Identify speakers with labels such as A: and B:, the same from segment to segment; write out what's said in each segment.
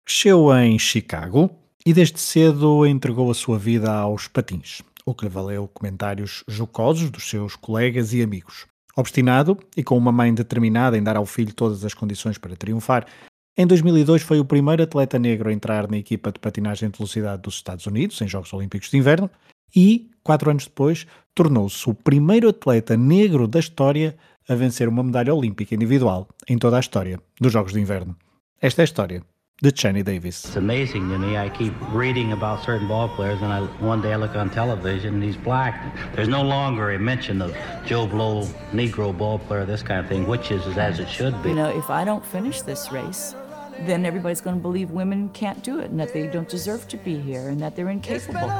A: Cresceu em Chicago e desde cedo entregou a sua vida aos patins, o que lhe valeu comentários jocosos dos seus colegas e amigos. Obstinado e com uma mãe determinada em dar ao filho todas as condições para triunfar, em 2002 foi o primeiro atleta negro a entrar na equipa de patinagem de velocidade dos Estados Unidos, em Jogos Olímpicos de Inverno, e, 4 anos depois, tornou-se o primeiro atleta negro da história a vencer uma medalha olímpica individual em toda a história dos Jogos de Inverno. Esta é a história de Chani Davis.
B: It's amazing to me. I keep reading about certain ball players, and one day I look on television and he's black. There's no longer a mention of Joe Blow, Negro ball player, this kind of thing, which is as it should be.
C: You know, if I don't finish this race, then everybody's going to believe women can't do it and that they don't deserve to be here and that they're incapable.
D: It's been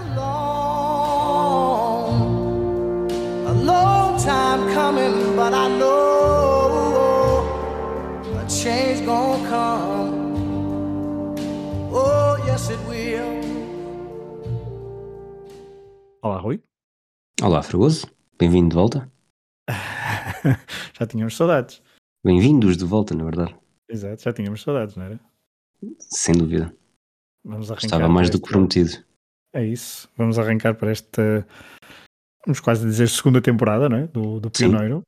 D: a long time coming, but I know a change gonna come. Oh, yes it will.
A: Olá, Rui.
E: Olá, Fragoso. Bem-vindo de volta.
A: Já tínhamos saudades.
E: Bem-vindos de volta, na verdade.
A: Exato, já tínhamos saudades, não era?
E: Sem dúvida.
A: Vamos arrancar.
E: Estava mais do que prometido.
A: É isso. Vamos arrancar para esta, vamos quase dizer, segunda temporada, não é? Do Pioneiro.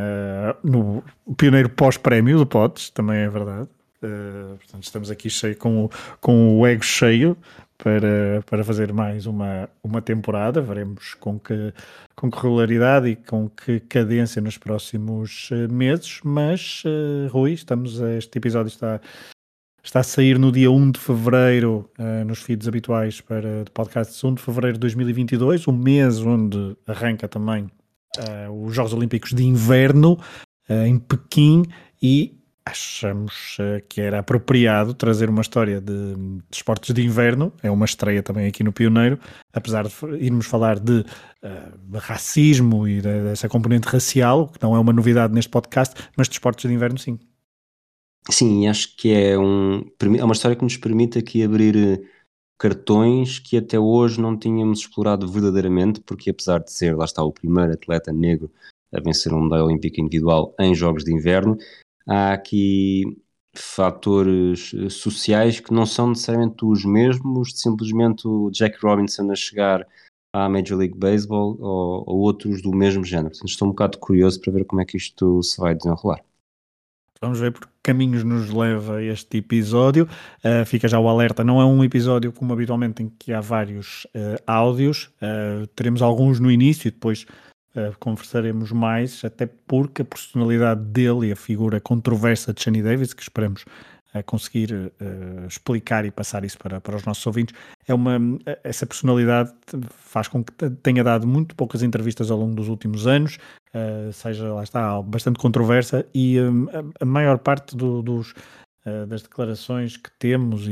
A: O Pioneiro pós-prémio do Pods, também é verdade. Portanto, estamos aqui cheio, com o ego cheio para fazer mais uma temporada. Veremos com que regularidade e com que cadência nos próximos meses, mas Rui, este episódio está a sair no dia 1 de Fevereiro nos feeds habituais de podcasts, 1 de Fevereiro de 2022, o mês onde arranca também os Jogos Olímpicos de Inverno em Pequim, e achamos que era apropriado trazer uma história de esportes de inverno. É uma estreia também aqui no Pioneiro, apesar de irmos falar de racismo e dessa componente racial, que não é uma novidade neste podcast, mas de esportes de inverno sim.
E: Sim, acho que é uma história que nos permite aqui abrir cartões que até hoje não tínhamos explorado verdadeiramente, porque apesar de ser, lá está, o primeiro atleta negro a vencer uma medalha olímpica individual em Jogos de Inverno, há aqui fatores sociais que não são necessariamente os mesmos de simplesmente o Jack Robinson a chegar à Major League Baseball ou outros do mesmo género. Portanto, estou um bocado curioso para ver como é que isto se vai desenrolar.
A: Vamos ver por que caminhos nos leva este episódio. Fica já o alerta, não é um episódio como habitualmente em que há vários áudios. Teremos alguns no início e depois conversaremos mais, até porque a personalidade dele e a figura controversa de Chani Davis, que esperamos conseguir explicar e passar isso para os nossos ouvintes, essa personalidade faz com que tenha dado muito poucas entrevistas ao longo dos últimos anos, seja, lá está, bastante controversa, e a maior parte das declarações que temos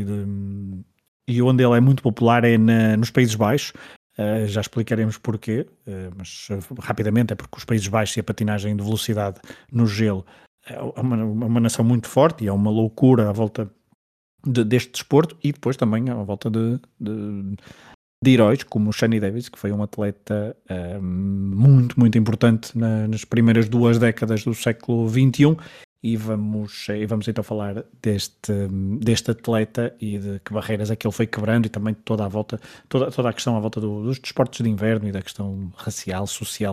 A: e onde ele é muito popular é nos Países Baixos. Já explicaremos porquê, mas rapidamente é porque os Países Baixos e a patinagem de velocidade no gelo é uma nação muito forte e é uma loucura à volta deste desporto, e depois também à volta de heróis como o Chani Davis, que foi um atleta muito, muito importante nas primeiras 2 décadas do século XXI, e vamos então falar deste atleta e de que barreiras é que ele foi quebrando, e também toda a questão à volta dos desportos de inverno e da questão racial, social.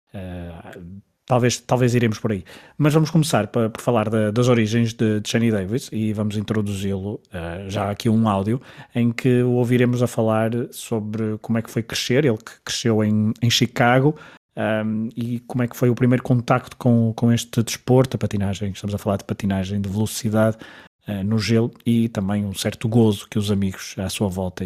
A: Talvez iremos por aí, mas vamos começar por falar das origens de Chani Davis, e vamos introduzi-lo já aqui um áudio em que o ouviremos a falar sobre como é que foi crescer. Ele que cresceu em Chicago, e como é que foi o primeiro contacto com este desporto, a patinagem. Estamos a falar de patinagem de velocidade no gelo, e também um certo gozo que os amigos à sua volta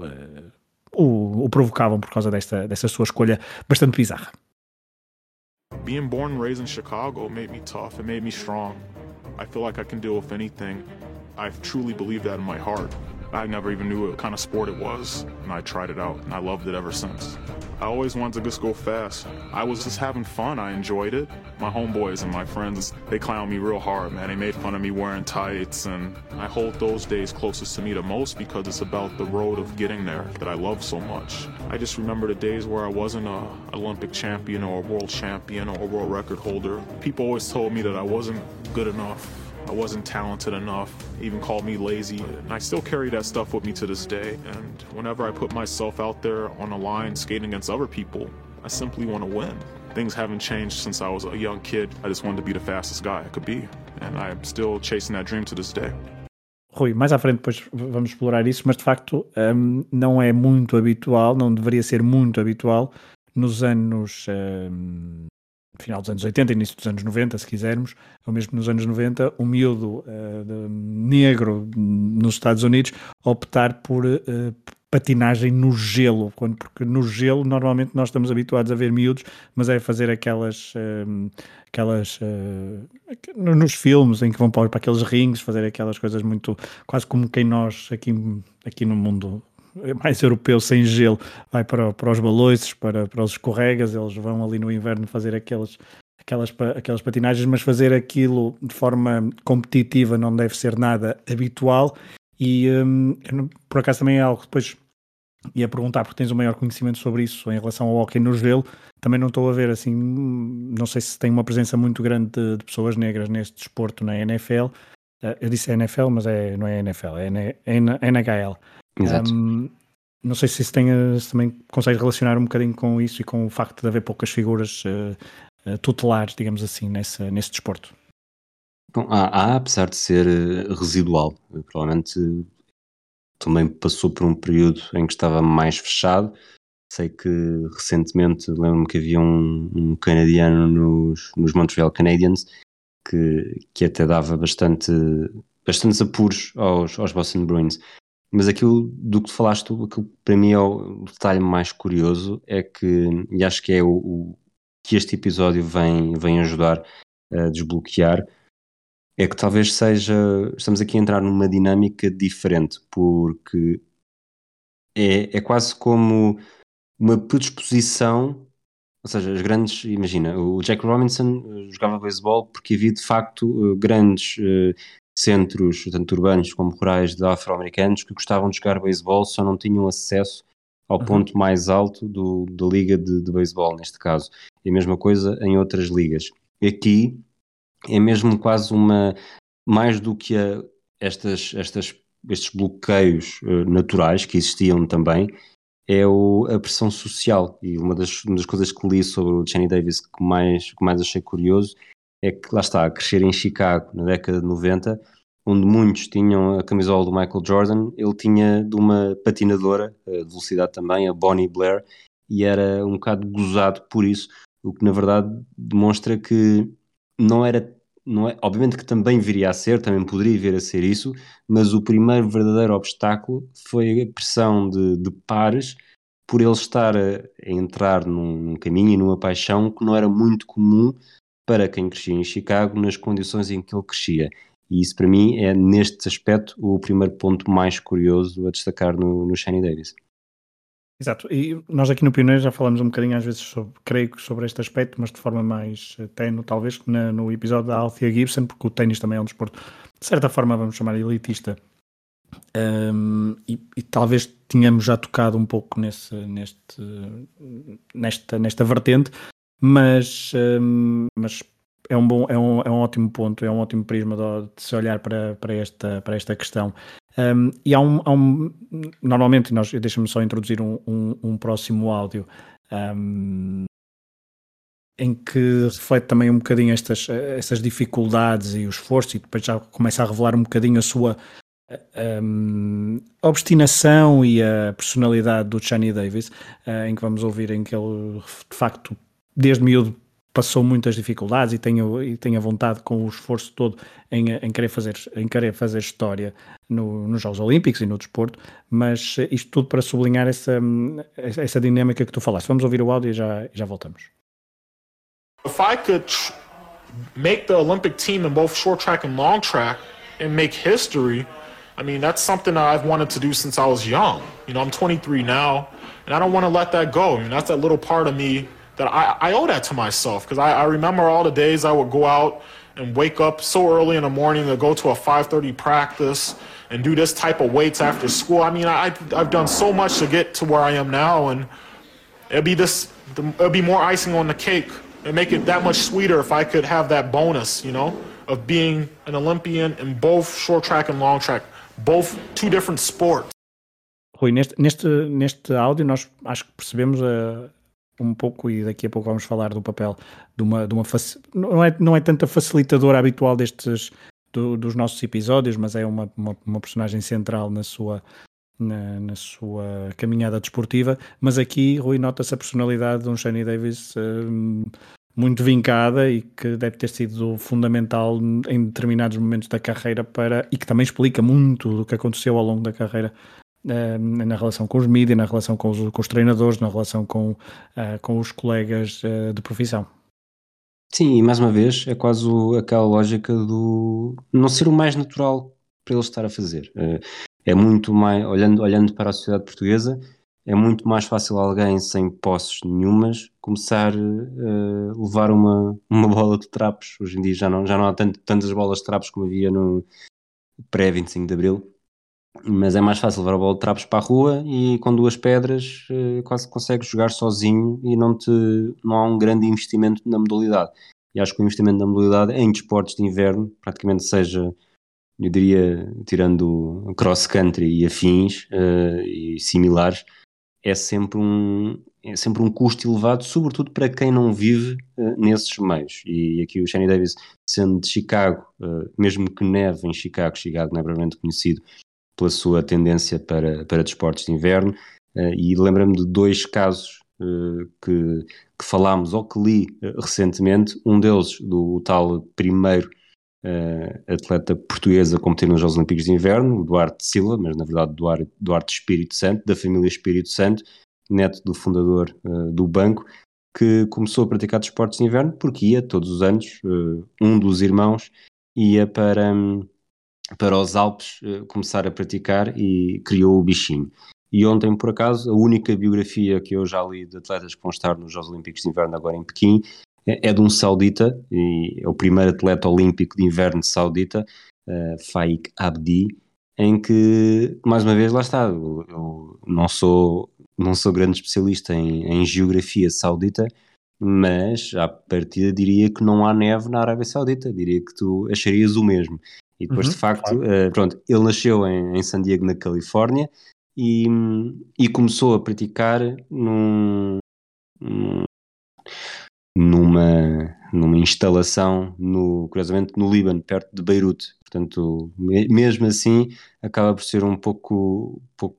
A: o provocavam por causa dessa sua escolha bastante bizarra.
F: Being born and raised in Chicago made me tough. It made me strong. I feel like I can deal with anything. I truly believe that in my heart. I never even knew what kind of sport it was, and I tried it out, and I loved it ever since. I always wanted to just go fast. I was just having fun. I enjoyed it. My homeboys and my friends, they clown me real hard, man. They made fun of me wearing tights, and I hold those days closest to me the most because it's about the road of getting there that I love so much. I just remember the days where I wasn't an Olympic champion or a world champion or a world record holder. People always told me that I wasn't good enough. I wasn't talented enough, even called me lazy, and I still carry that stuff with me to this day. And whenever I put myself out there on a line skating against other people, I simply want to win. Things haven't changed since I was a young kid. I just wanted to be the fastest guy I could be, and I'm still chasing that dream to this day.
A: Rui, mais à frente depois vamos explorar isso, mas de facto não é muito habitual, não deveria ser muito habitual nos anos... final dos anos 80, início dos anos 90, se quisermos, ou mesmo nos anos 90, o miúdo negro nos Estados Unidos optar por patinagem no gelo, porque no gelo normalmente nós estamos habituados a ver miúdos, mas é fazer aquelas nos filmes em que vão para aqueles rings, fazer aquelas coisas muito, quase como quem nós aqui no mundo mais europeu, sem gelo, vai para os balões, para os escorregas. Eles vão ali no inverno fazer aquelas patinagens, mas fazer aquilo de forma competitiva não deve ser nada habitual. E por acaso também é algo que depois ia perguntar, porque tens um maior conhecimento sobre isso em relação ao hóquei no gelo. Também não estou a ver assim, não sei se tem uma presença muito grande de pessoas negras neste desporto na NFL. Eu disse NFL, mas não é NFL, é NHL.
E: Exato.
A: Não sei se também consegues relacionar um bocadinho com isso e com o facto de haver poucas figuras tutelares, digamos assim, nesse desporto.
E: Bom, apesar de ser residual, provavelmente também passou por um período em que estava mais fechado. Sei que recentemente lembro-me que havia um canadiano nos Montreal Canadiens que até dava bastantes apuros aos Boston Bruins. Mas aquilo do que falaste, aquilo para mim é o detalhe mais curioso, é que, e acho que é o que este episódio vem ajudar a desbloquear, é que talvez estamos aqui a entrar numa dinâmica diferente, porque é quase como uma predisposição, ou seja, imagina, o Jack Robinson jogava beisebol porque havia de facto grandes centros, tanto urbanos como rurais, de afro-americanos que gostavam de jogar beisebol, só não tinham acesso ao ponto mais alto da liga de beisebol, neste caso. E a mesma coisa em outras ligas. Aqui é mesmo quase mais do que estes bloqueios naturais que existiam também, é a pressão social. E uma das coisas que li sobre o Chaney Davis que mais achei curioso é que, lá está, a crescer em Chicago na década de 90, onde muitos tinham a camisola do Michael Jordan, ele tinha de uma patinadora de velocidade também, a Bonnie Blair, e era um bocado gozado por isso, o que na verdade demonstra que não é, obviamente que também viria a ser, também poderia vir a ser isso, mas o primeiro verdadeiro obstáculo foi a pressão de pares, por ele estar a entrar num caminho e numa paixão que não era muito comum para quem crescia em Chicago nas condições em que ele crescia. E isso para mim é, neste aspecto, o primeiro ponto mais curioso a destacar no Chaney Davis.
A: Exato, e nós aqui no Pioneiro já falamos um bocadinho às vezes sobre este aspecto, mas de forma mais ténue talvez, no episódio da Althea Gibson, porque o ténis também é um desporto, de certa forma vamos chamar elitista, e talvez tínhamos já tocado um pouco nesta vertente, mas é um ótimo ponto, é um ótimo prisma de se olhar para esta questão. E normalmente, deixa-me só introduzir um próximo áudio em que reflete também um bocadinho essas dificuldades e o esforço, e depois já começa a revelar um bocadinho a sua obstinação e a personalidade do Chaney Davis, em que vamos ouvir em que ele, de facto, desde miúdo passou muitas dificuldades e tem a vontade, com o esforço todo em querer fazer história nos Jogos Olímpicos e no desporto, mas isto tudo para sublinhar essa dinâmica que tu falaste. Vamos ouvir o áudio e já voltamos.
F: If I could make the Olympic team in both short track and long track and make history, I mean, that's something that I've wanted to do since I was young. You know, I'm 23 now, and I don't want to let that go. I mean, that's that little part of me that I owe that to myself, because I remember all the days I would go out and wake up so early in the morning to go to a 5:30 practice and do this type of weights after school. I mean, I've done so much to get to where I am now, and it'll be more icing on the cake and make it that much sweeter if I could have that bonus, you know? of being an Olympian in both short track and long track, both two different sports.
A: Rui, neste áudio nós acho que percebemos um pouco, e daqui a pouco vamos falar do papel de uma não é tanto a facilitadora habitual dos nossos episódios, mas é uma personagem central na sua caminhada desportiva. Mas aqui, Rui, nota-se a personalidade de um Shani Davis muito vincada e que deve ter sido fundamental em determinados momentos da carreira e que também explica muito do que aconteceu ao longo da carreira, na relação com os mídias, na relação com os treinadores, na relação com os colegas de profissão.
E: Sim, e mais uma vez é quase aquela lógica do não ser o mais natural para ele estar a fazer. É muito mais, olhando para a sociedade portuguesa, é muito mais fácil alguém sem posses nenhumas começar a levar uma bola de trapos. Hoje em dia já não há tantas bolas de trapos como havia no pré-25 de Abril, mas é mais fácil levar a bola de trapos para a rua e com 2 pedras quase consegues jogar sozinho e não há um grande investimento na modalidade. E acho que o investimento na modalidade em desportos de inverno, praticamente seja, eu diria, tirando cross-country e afins e similares, é sempre um custo elevado, sobretudo para quem não vive nesses meios. E aqui o Shani Davis, sendo de Chicago, mesmo que neve em Chicago não é provavelmente conhecido pela sua tendência para desportos de inverno, e lembro-me de 2 casos que falámos ou que li recentemente, um deles do tal primeiro atleta portuguesa a competir nos Jogos Olímpicos de Inverno, o Duarte Silva, mas na verdade Duarte Espírito Santo, da família Espírito Santo, neto do fundador do banco, que começou a praticar desportos de inverno porque ia todos os anos, um dos irmãos ia para os Alpes começar a praticar e criou o bichinho. E ontem, por acaso, a única biografia que eu já li de atletas que vão estar nos Jogos Olímpicos de Inverno agora em Pequim é de um saudita, e é o primeiro atleta olímpico de inverno saudita, Faik Abdi, em que, mais uma vez, lá está, eu não sou grande especialista em geografia saudita, mas à partida diria que não há neve na Arábia Saudita, diria que tu acharias o mesmo. E depois, de facto, pronto, ele nasceu em San Diego, na Califórnia, e começou a praticar numa instalação, curiosamente, no Líbano, perto de Beirute. Portanto, mesmo assim, acaba por ser um pouco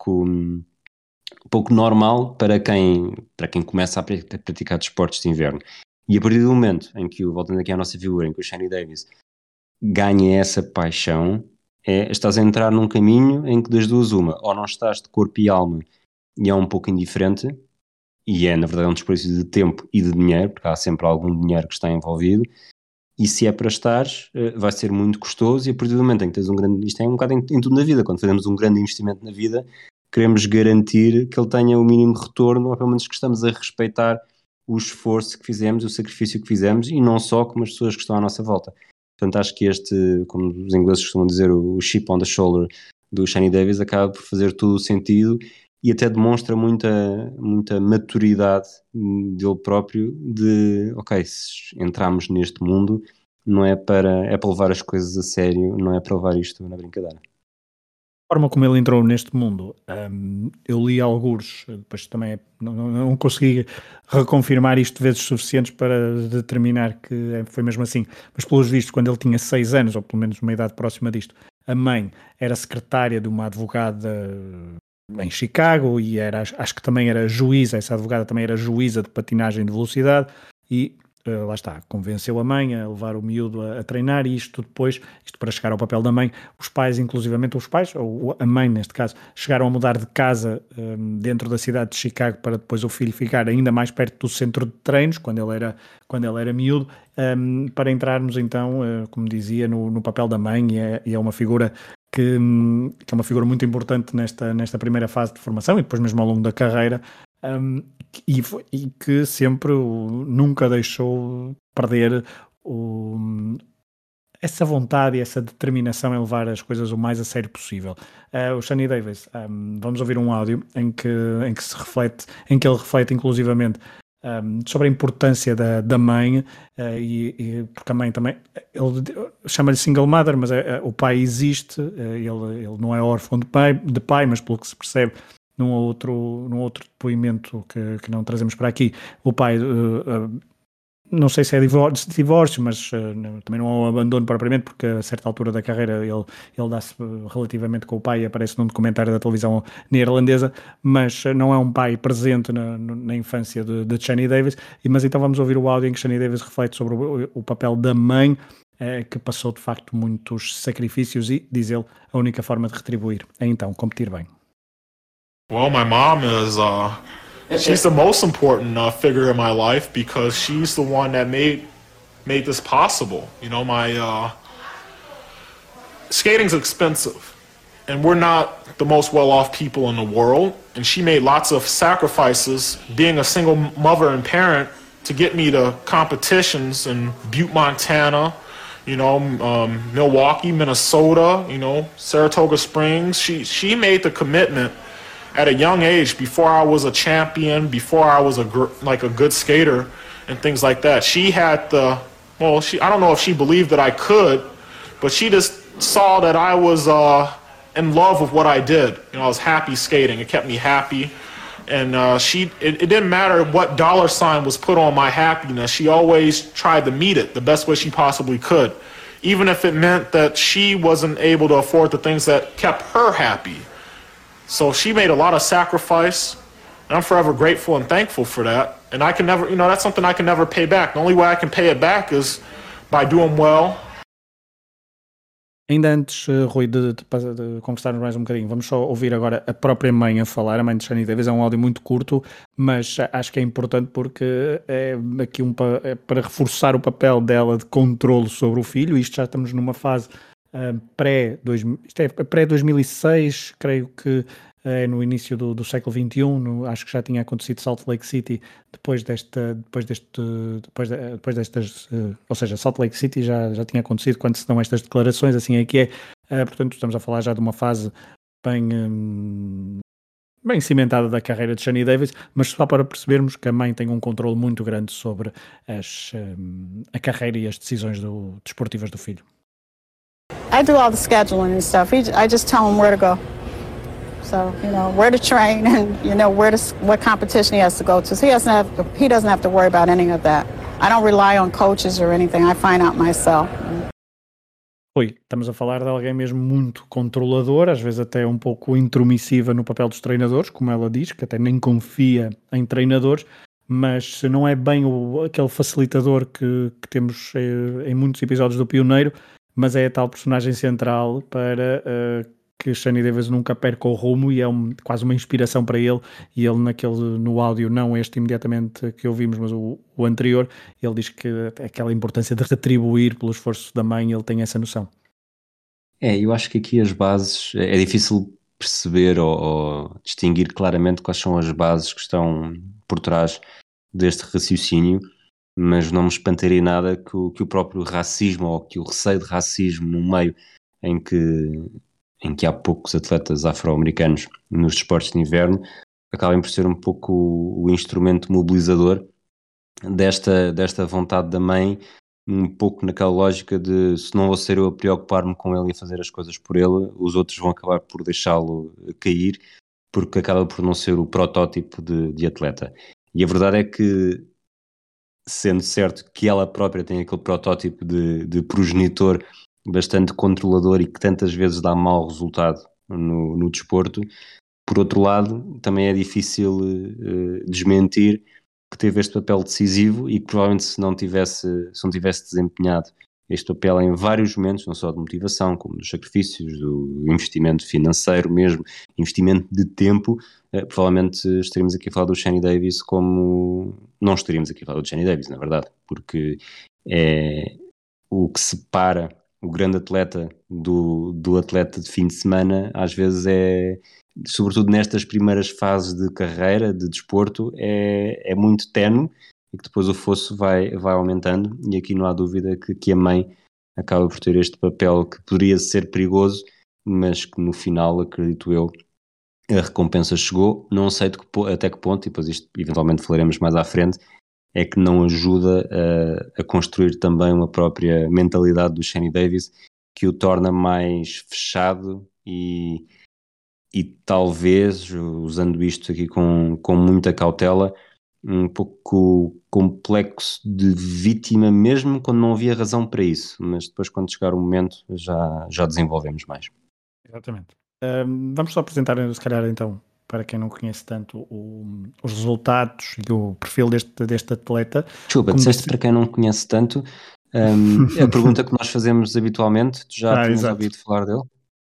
E: normal para quem começa a praticar desportos de inverno. E a partir do momento em que, voltando aqui à nossa figura, em que o Shani Davis ganha essa paixão, estás a entrar num caminho em que das duas uma, ou não estás de corpo e alma e é um pouco indiferente, e na verdade um desperdício de tempo e de dinheiro, porque há sempre algum dinheiro que está envolvido, e se é para estares, vai ser muito custoso, e a partir do momento em que tens isto é um bocado em tudo na vida, quando fazemos um grande investimento na vida, queremos garantir que ele tenha o mínimo retorno, ou pelo menos que estamos a respeitar o esforço que fizemos, o sacrifício que fizemos, e não só como as pessoas que estão à nossa volta. Portanto, acho que como os ingleses costumam dizer, o chip on the shoulder do Shani Davis acaba por fazer todo o sentido e até demonstra muita maturidade dele próprio de, ok, se entramos neste mundo, não é para levar as coisas a sério, não é para levar isto na brincadeira.
A: A forma como ele entrou neste mundo, eu li alguns, depois também não consegui reconfirmar isto vezes suficientes para determinar que foi mesmo assim, mas pelos vistos, quando ele tinha 6 anos, ou pelo menos uma idade próxima disto, a mãe era secretária de uma advogada em Chicago e acho que também era juíza, essa advogada também era juíza de patinagem de velocidade e lá está, convenceu a mãe a levar o miúdo a treinar, e isto para chegar ao papel da mãe, os pais, inclusivamente os pais, ou a mãe neste caso, chegaram a mudar de casa dentro da cidade de Chicago para depois o filho ficar ainda mais perto do centro de treinos, quando ele era miúdo, para entrarmos então, como dizia, no papel da mãe, e é uma figura que é uma figura muito importante nesta primeira fase de formação e depois mesmo ao longo da carreira, e que sempre nunca deixou perder essa vontade e essa determinação em levar as coisas o mais a sério possível. O Shani Davis, vamos ouvir um áudio em que ele reflete inclusivamente sobre a importância da mãe, porque a mãe também, ele chama-lhe single mother, mas o pai existe, ele não é órfão de pai, mas pelo que se percebe num outro depoimento que não trazemos para aqui, o pai, não sei se é divórcio, mas também não é um abandono propriamente, porque a certa altura da carreira ele dá-se relativamente com o pai, aparece num documentário da televisão neerlandesa, mas não é um pai presente na infância de Shani Davis. Mas então vamos ouvir o áudio em que Shani Davis reflete sobre o papel da mãe, que passou de facto muitos sacrifícios e, diz ele, a única forma de retribuir é então competir bem.
F: Well, my mom is she's the most important figure in my life because she's the one that made this possible. You know, my skating's expensive, and we're not the most well-off people in the world. And she made lots of sacrifices, being a single mother and parent, to get me to competitions in Butte, Montana, you know, Milwaukee, Minnesota, you know, Saratoga Springs. She made the commitment at a young age, before I was a champion, before I was a good skater and things like that. She had I don't know if she believed that I could, but she just saw that I was in love with what I did. You know, I was happy skating. It kept me happy. And it didn't matter what dollar sign was put on my happiness. She always tried to meet it the best way she possibly could, even if it meant that she wasn't able to afford the things that kept her happy. So she made a lot of sacrifice, and I'm forever grateful and thankful for that. And I can never, you know, that's something I can never pay back. The only way I can pay it back is by doing well.
A: Ainda antes, Rui, de conversarmos mais um bocadinho, vamos só ouvir agora a própria mãe a falar, a mãe de Shani Davis. É um áudio muito curto, mas acho que é importante porque é aqui para reforçar o papel dela de controle sobre o filho. Isto já estamos numa fase pré-2006, creio que é no início do século XXI, acho que já tinha acontecido Salt Lake City, depois destas, ou seja, Salt Lake City já tinha acontecido quando se dão estas declarações, assim é que é, portanto estamos a falar já de uma fase bem cimentada da carreira de Shani Davis, mas só para percebermos que a mãe tem um controle muito grande sobre a carreira e as decisões desportivas do filho.
G: I do all the scheduling and stuff. I just tell him where to go. So, you know, where to train and, you know, what competition he has to go to. So he doesn't have to worry about any of that. I don't rely on coaches or anything. I find out myself.
A: Oi, estamos a falar de alguém mesmo muito controlador, às vezes até um pouco intromissiva no papel dos treinadores, como ela diz, que até nem confia em treinadores, mas não é bem aquele facilitador que temos em muitos episódios do Pioneiro, mas é a tal personagem central para que Shani Davis nunca perca o rumo e é quase uma inspiração para ele. E ele no áudio, não este imediatamente que ouvimos, mas o anterior, ele diz que aquela importância de retribuir pelo esforço da mãe, ele tem essa noção.
E: Eu acho que aqui as bases, é difícil perceber ou distinguir claramente quais são as bases que estão por trás deste raciocínio, mas não me espantaria nada que o próprio racismo ou que o receio de racismo no meio em que há poucos atletas afro-americanos nos desportos de inverno acabem por ser um pouco o instrumento mobilizador desta vontade da mãe, um pouco naquela lógica de se não vou ser eu a preocupar-me com ele e a fazer as coisas por ele, os outros vão acabar por deixá-lo cair, porque acaba por não ser o protótipo de atleta. E a verdade é que, sendo certo que ela própria tem aquele protótipo de progenitor bastante controlador e que tantas vezes dá mau resultado no desporto, por outro lado, também é difícil desmentir que teve este papel decisivo e que provavelmente se não tivesse desempenhado este papel em vários momentos, não só de motivação, como dos sacrifícios, do investimento financeiro mesmo, investimento de tempo, provavelmente estaríamos aqui a falar do Shani Davis como... Não estaríamos aqui a falar do Shani Davis, na verdade, porque é o que separa o grande atleta do atleta de fim de semana, às vezes sobretudo nestas primeiras fases de carreira, de desporto, é muito ténue e que depois o fosso vai aumentando, e aqui não há dúvida que a mãe acaba por ter este papel que poderia ser perigoso, mas que no final, acredito eu, a recompensa chegou. Não sei até que ponto, e depois isto eventualmente falaremos mais à frente, é que não ajuda a construir também uma própria mentalidade do Shane Davis, que o torna mais fechado e talvez, usando isto aqui com muita cautela, um pouco complexo de vítima, mesmo quando não havia razão para isso, mas depois quando chegar o momento já desenvolvemos mais.
A: Exatamente. Vamos só apresentar, se calhar, então, para quem não conhece tanto os resultados e o perfil deste atleta.
E: Desculpa, disseste para quem não conhece tanto, a pergunta que nós fazemos habitualmente, tu já tinhas
A: exato.
E: ouvido falar dele?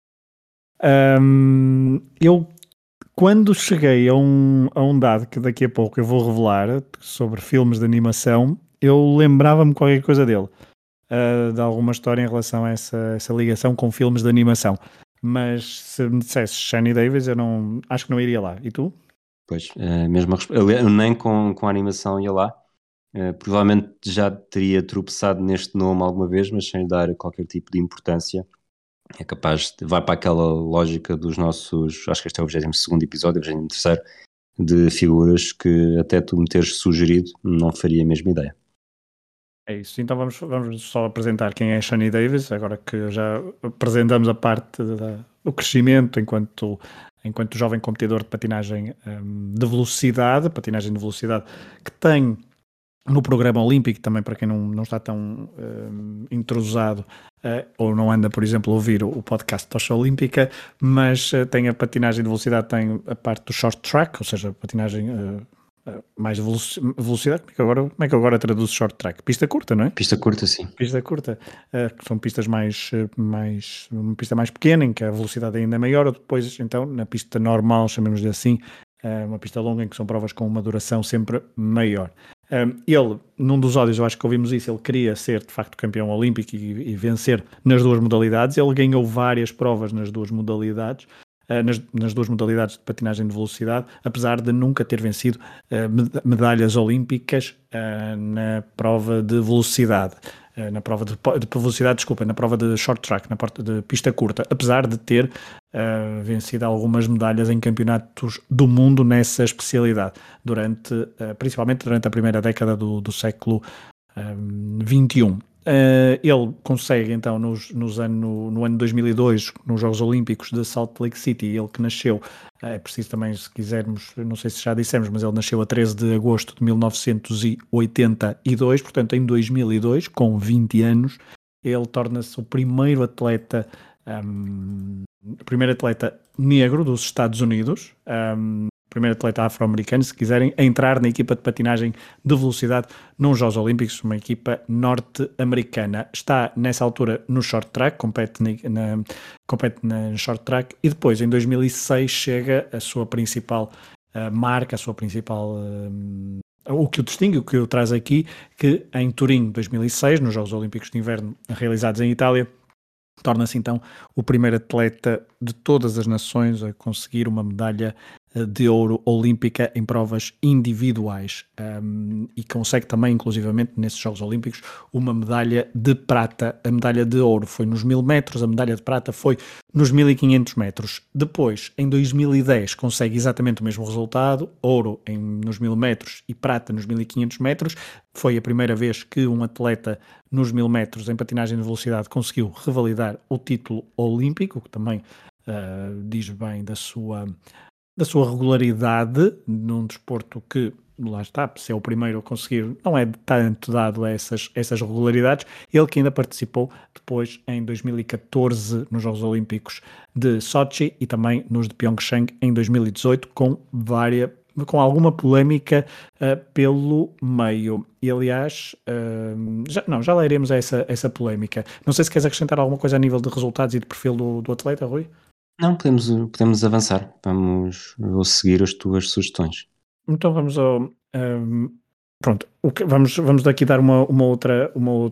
A: Eu, quando cheguei a um dado que daqui a pouco eu vou revelar sobre filmes de animação, eu lembrava-me qualquer coisa dele, de alguma história em relação a essa ligação com filmes de animação. Mas se me dissesse Shane Davis, eu acho que não iria lá. E tu?
E: Pois, mesmo eu nem com a animação ia lá. Provavelmente já teria tropeçado neste nome alguma vez, mas sem lhe dar qualquer tipo de importância. É capaz vai para aquela lógica dos nossos, acho que este é o 22º episódio, 23º, de figuras que até tu me teres sugerido não faria a mesma ideia.
A: É isso, então vamos só apresentar quem é Shane Davis, agora que já apresentamos a parte do crescimento enquanto jovem competidor de patinagem de velocidade, que tem no programa olímpico, também para quem não está tão entrosado ou não anda, por exemplo, a ouvir o podcast Tocha Olímpica, mas tem a patinagem de velocidade, tem a parte do short track, ou seja, a patinagem mais velocidade. Como é que agora traduz short track? Pista curta, não é?
E: Pista curta, sim.
A: Pista curta, que são pistas uma pista mais pequena, em que a velocidade ainda é maior, ou depois, então, na pista normal, chamemos-lhe assim, uma pista longa, em que são provas com uma duração sempre maior. Ele, num dos áudios, eu acho que ouvimos isso, ele queria ser, de facto, campeão olímpico e vencer nas duas modalidades. Ele ganhou várias provas nas duas modalidades, nas duas modalidades de patinagem de velocidade, apesar de nunca ter vencido medalhas olímpicas na prova de velocidade. Na prova de velocidade, desculpa, na prova de short track, na parte de pista curta, apesar de ter vencido algumas medalhas em campeonatos do mundo nessa especialidade, principalmente durante a primeira década do século XXI. Ele consegue então no ano 2002, nos Jogos Olímpicos de Salt Lake City, ele que nasceu, é preciso também, se quisermos, não sei se já dissemos, mas ele nasceu a 13 de agosto de 1982, portanto em 2002, com 20 anos, ele torna-se o primeiro atleta negro dos Estados Unidos, primeiro atleta afro-americano, se quiserem, a entrar na equipa de patinagem de velocidade nos Jogos Olímpicos, uma equipa norte-americana. Está, nessa altura, no short track, compete na short track, e depois, em 2006, chega a sua principal marca, a sua principal... o que o distingue, o que o traz aqui, que em Turim, 2006, nos Jogos Olímpicos de Inverno realizados em Itália, torna-se então o primeiro atleta de todas as nações a conseguir uma medalha de ouro olímpica em provas individuais, e consegue também, inclusivamente, nesses Jogos Olímpicos, uma medalha de prata. A medalha de ouro foi nos 1000 metros, a medalha de prata foi nos 1500 metros. Depois, em 2010, consegue exatamente o mesmo resultado, ouro nos 1000 metros e prata nos 1500 metros. Foi a primeira vez que um atleta nos 1000 metros em patinagem de velocidade conseguiu revalidar o título olímpico, que também diz bem da sua regularidade num desporto que, lá está, se é o primeiro a conseguir, não é tanto dado a essas regularidades. Ele que ainda participou depois em 2014 nos Jogos Olímpicos de Sochi e também nos de Pyeongchang em 2018, com alguma polémica pelo meio. E, aliás, já lá iremos a essa polémica. Não sei se queres acrescentar alguma coisa a nível de resultados e de perfil do atleta, Rui?
E: Não, podemos avançar. Vou seguir as tuas sugestões.
A: Então vamos ao... pronto, vamos daqui dar uma outra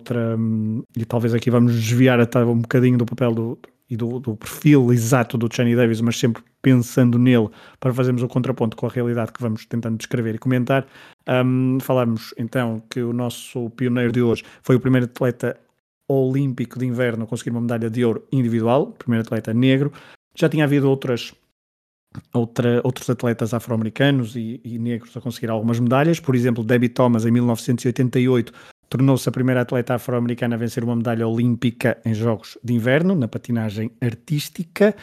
A: e talvez aqui vamos desviar até um bocadinho do papel do perfil exato do Shane Davis, mas sempre pensando nele para fazermos o contraponto com a realidade que vamos tentando descrever e comentar. Falamos então que o nosso pioneiro de hoje foi o primeiro atleta olímpico de inverno a conseguir uma medalha de ouro individual, primeiro atleta negro. Já tinha havido outras outros atletas afro-americanos e negros a conseguir algumas medalhas. Por exemplo, Debbie Thomas, em 1988, tornou-se a primeira atleta afro-americana a vencer uma medalha olímpica em Jogos de Inverno, na patinagem artística.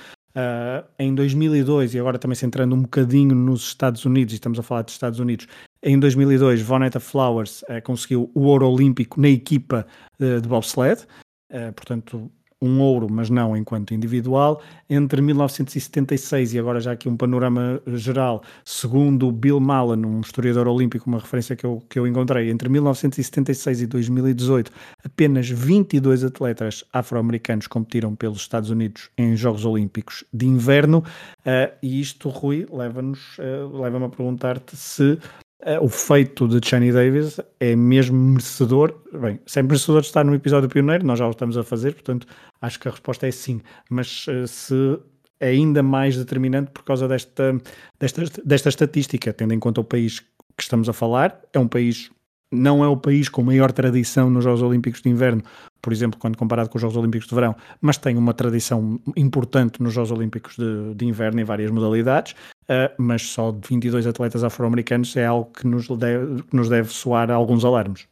A: Em 2002, e agora também centrando um bocadinho nos Estados Unidos, e estamos a falar dos Estados Unidos, em 2002, Vonetta Flowers conseguiu o ouro olímpico na equipa de bobsled, portanto, um ouro, mas não enquanto individual. Entre 1976 e agora já aqui um panorama geral, segundo Bill Mallon, um historiador olímpico, uma referência que eu encontrei, entre 1976 e 2018, apenas 22 atletas afro-americanos competiram pelos Estados Unidos em Jogos Olímpicos de Inverno, e isto, Rui, leva-me a perguntar-te se o feito de Shani Davis é mesmo merecedor. Bem, se é merecedor de estar no episódio pioneiro, nós já o estamos a fazer, portanto acho que a resposta é sim, mas se é ainda mais determinante por causa desta estatística, tendo em conta o país que estamos a falar. Não é o país com maior tradição nos Jogos Olímpicos de Inverno, por exemplo, quando comparado com os Jogos Olímpicos de Verão, mas tem uma tradição importante nos Jogos Olímpicos de Inverno em várias modalidades, mas só 22 atletas afro-americanos é algo que nos deve soar a alguns alarmes.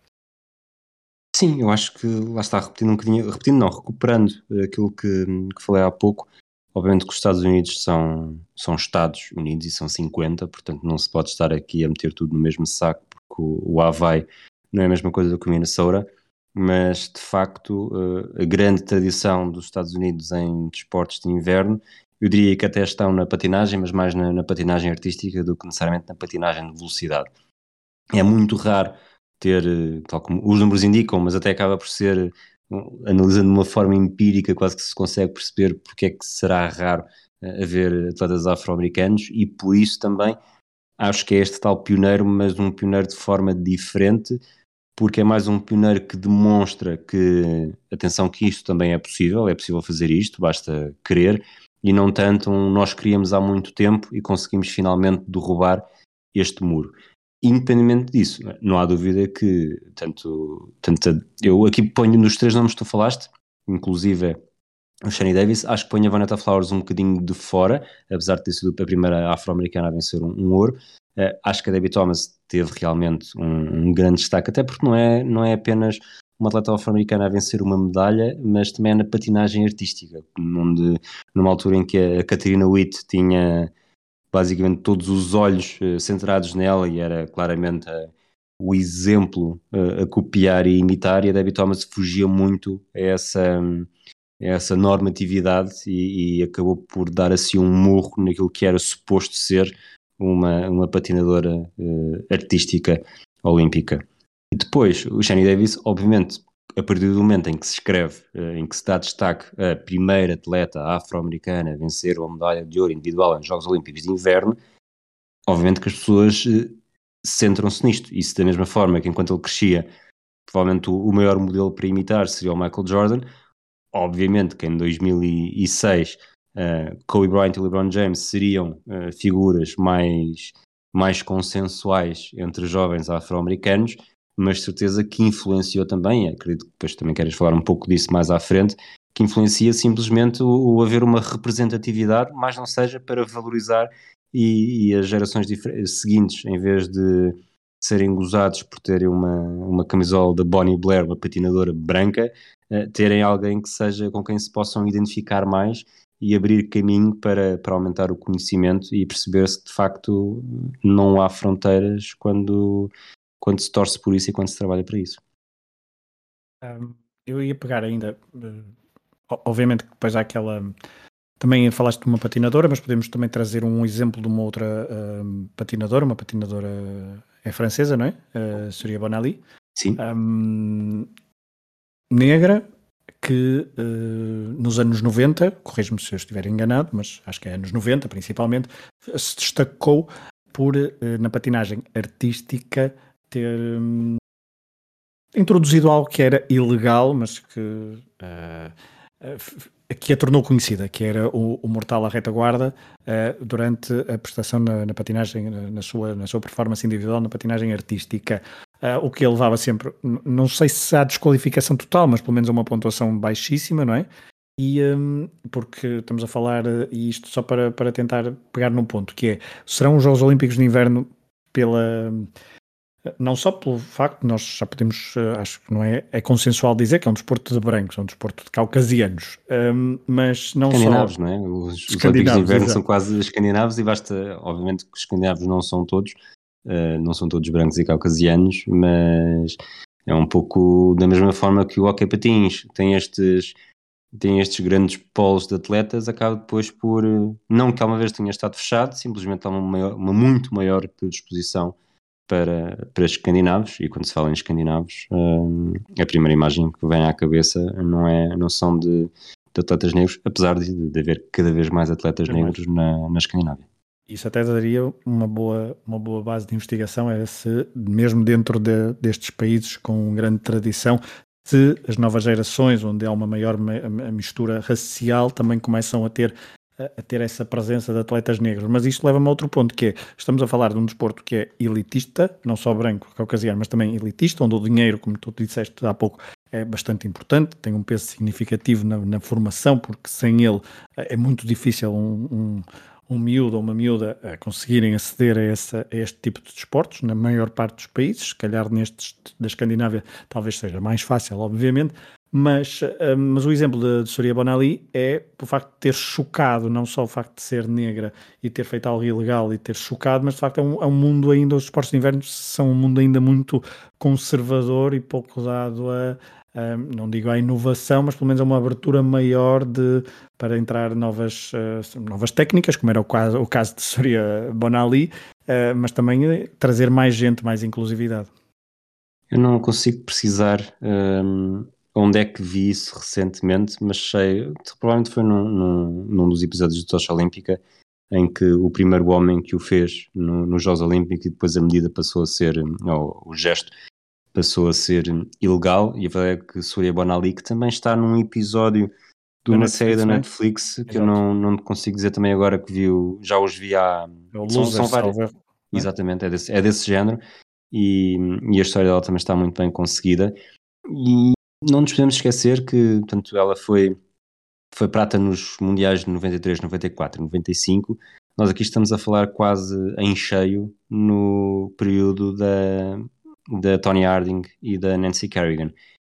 E: Sim, eu acho que lá está, recuperando aquilo que falei há pouco. Obviamente que os Estados Unidos são Estados Unidos e são 50, portanto não se pode estar aqui a meter tudo no mesmo saco, porque o Havaí não é a mesma coisa que o Minnesota, mas de facto a grande tradição dos Estados Unidos em desportos de inverno, eu diria que até estão na patinagem, mas mais na patinagem artística do que necessariamente na patinagem de velocidade. É muito raro ter, tal como os números indicam, mas até acaba por ser, analisando de uma forma empírica, quase que se consegue perceber porque é que será raro haver atletas afro-americanos, e por isso também acho que é este tal pioneiro, mas um pioneiro de forma diferente, porque é mais um pioneiro que demonstra que, atenção, que isto também é possível fazer isto, basta querer, e não tanto nós queríamos há muito tempo e conseguimos finalmente derrubar este muro. Independentemente disso, não há dúvida que tanto eu aqui ponho nos três nomes que tu falaste, inclusive o Shani Davis, acho que ponho a Vonetta Flowers um bocadinho de fora, apesar de ter sido a primeira afro-americana a vencer um ouro. Acho que a Debbie Thomas teve realmente um grande destaque, até porque não é apenas uma atleta afro-americana a vencer uma medalha, mas também é na patinagem artística, numa altura em que a Katrina Witt tinha basicamente todos os olhos centrados nela e era claramente o exemplo a copiar e imitar, e a Debbie Thomas fugia muito a essa normatividade e acabou por dar assim um murro naquilo que era suposto ser uma patinadora artística olímpica. E depois o Shani Davis, obviamente, a partir do momento em que se escreve, em que se dá destaque a primeira atleta afro-americana a vencer uma medalha de ouro individual nos Jogos Olímpicos de Inverno, obviamente que as pessoas centram-se nisto. Isso da mesma forma que enquanto ele crescia, provavelmente o maior modelo para imitar seria o Michael Jordan. Obviamente que em 2006 Kobe Bryant e LeBron James seriam figuras mais consensuais entre jovens afro-americanos, mas certeza que influenciou também, acredito que depois também queres falar um pouco disso mais à frente, que influencia simplesmente o haver uma representatividade, mas não seja para valorizar e as gerações seguintes, em vez de serem gozados por terem uma camisola da Bonnie Blair, uma patinadora branca, terem alguém que seja com quem se possam identificar mais e abrir caminho para aumentar o conhecimento e perceber-se que de facto não há fronteiras quando se torce por isso e quando se trabalha para isso.
A: Eu ia pegar ainda, obviamente que depois há aquela, também falaste de uma patinadora, mas podemos também trazer um exemplo de uma outra patinadora, uma patinadora é francesa, não é? Surya Bonali.
E: Sim.
A: Negra, que nos anos 90, corrijo-me se eu estiver enganado, mas acho que é anos 90 principalmente, se destacou por, na patinagem artística, ter introduzido algo que era ilegal, mas que a tornou conhecida, que era o mortal à retaguarda durante a prestação na patinagem, na sua performance individual na patinagem artística. O que ele levava sempre, não sei se há desqualificação total, mas pelo menos uma pontuação baixíssima, não é? Porque estamos a falar, e isto só para tentar pegar num ponto, que é, serão os Jogos Olímpicos de Inverno não só pelo facto de nós já podemos, acho que não é consensual dizer que é um desporto de brancos, é um desporto de caucasianos, mas não só...
E: Escandinavos, não é? Os Olímpicos de Inverno são quase escandinavos, e basta, obviamente que os escandinavos não são todos brancos e caucasianos, mas é um pouco da mesma forma que o hóquei patins tem estes grandes polos de atletas, acaba depois por, não que alguma vez tenha estado fechado, simplesmente há uma muito maior predisposição para escandinavos, e quando se fala em escandinavos, a primeira imagem que vem à cabeça não são de atletas negros, apesar de haver cada vez mais atletas negros na Escandinávia.
A: Isso até daria uma boa base de investigação, era se, mesmo dentro destes países com grande tradição, se as novas gerações, onde há uma maior mistura racial, também começam a ter essa presença de atletas negros. Mas isto leva-me a outro ponto, que é, estamos a falar de um desporto que é elitista, não só branco, caucasiano, mas também elitista, onde o dinheiro, como tu disseste há pouco, é bastante importante, tem um peso significativo na formação, porque sem ele é muito difícil um miúdo ou uma miúda a conseguirem aceder a este tipo de desportos, na maior parte dos países. Se calhar nestes da Escandinávia talvez seja mais fácil, obviamente, mas o exemplo de Surya Bonaly é o facto de ter chocado, não só o facto de ser negra e ter feito algo ilegal e ter chocado, mas de facto é um mundo ainda, os esportes de inverno são um mundo ainda muito conservador e pouco dado não digo à inovação, mas pelo menos a uma abertura maior para entrar novas técnicas, como era o caso de Surya Bonaly, mas também trazer mais gente, mais inclusividade.
E: Eu não consigo precisar onde é que vi isso recentemente, mas sei, provavelmente foi num dos episódios de Tocha Olímpica, em que o primeiro homem que o fez nos Jogos Olímpicos, e depois a medida passou a ser, o gesto passou a ser ilegal, e a verdade é que Surya Bonaly, que também está num episódio de uma série da Netflix, que eu não consigo dizer também agora, que já os vi há... São vários. Exatamente, é desse género, e a história dela também está muito bem conseguida, e não nos podemos esquecer que, portanto, ela foi prata nos mundiais de 93, 94, 95. Nós aqui estamos a falar quase em cheio no período da Tonya Harding e da Nancy Kerrigan.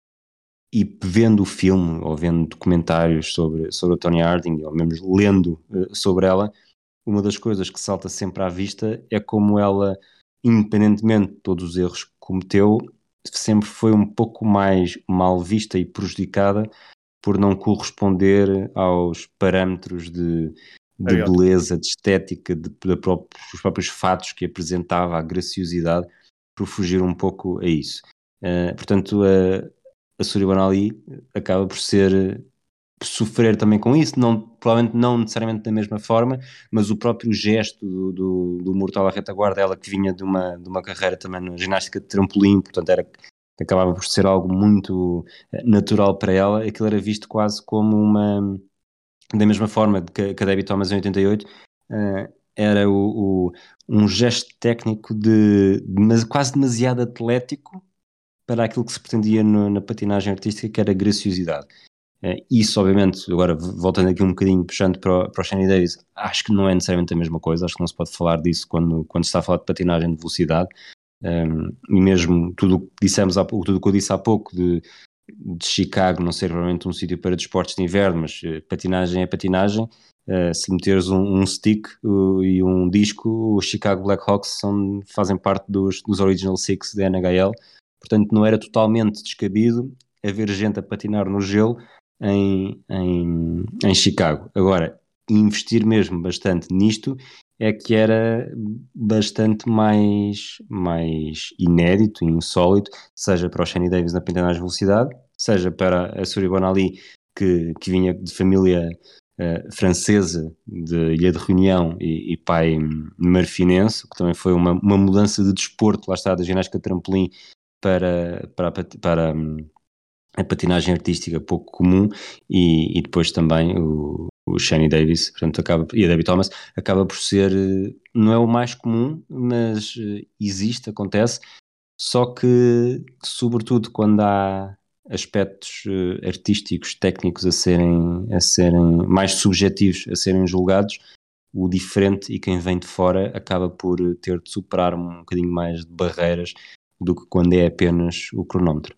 E: E vendo o filme, ou vendo documentários sobre a Tonya Harding, ou mesmo lendo sobre ela, uma das coisas que salta sempre à vista é como ela, independentemente de todos os erros que cometeu, sempre foi um pouco mais mal vista e prejudicada por não corresponder aos parâmetros de beleza, de estética, dos próprios fatos que apresentava, a graciosidade, por fugir um pouco a isso. Portanto, a Surya Bonaly acaba por sofrer também com isso, provavelmente não necessariamente da mesma forma, mas o próprio gesto do mortal à retaguarda, ela que vinha de uma carreira também na ginástica de trampolim, portanto acabava por ser algo muito natural para ela, aquilo era visto quase como da mesma forma que a Debbie Thomas em 88, era um gesto técnico mas quase demasiado atlético para aquilo que se pretendia na patinagem artística, que era graciosidade. Isso, obviamente, agora voltando aqui um bocadinho, puxando para o Shani Davis, acho que não é necessariamente a mesma coisa, acho que não se pode falar disso quando se está a falar de patinagem de velocidade, e mesmo tudo o que eu disse há pouco de Chicago não ser provavelmente um sítio para desportos de inverno, mas patinagem é patinagem. Se meteres um stick e um disco, os Chicago Blackhawks fazem parte dos Original Six da NHL, portanto não era totalmente descabido haver gente a patinar no gelo em Chicago. Agora, investir mesmo bastante nisto é que era bastante mais inédito e insólito, seja para o Shani Davis na patinagem de velocidade, seja para a Surya Bonaly, que vinha de família francesa, de Ilha de Reunião, e pai marfinense, que também foi uma mudança de desporto, lá está, da ginástica de trampolim para a patinagem artística pouco comum, e depois também o Shani Davis, portanto, e a Debbie Thomas, acaba por ser, não é o mais comum, mas existe, acontece, só que, sobretudo quando há aspectos artísticos, técnicos a serem mais subjetivos, a serem julgados, o diferente e quem vem de fora acaba por ter de superar um bocadinho mais de barreiras do que quando é apenas o cronómetro.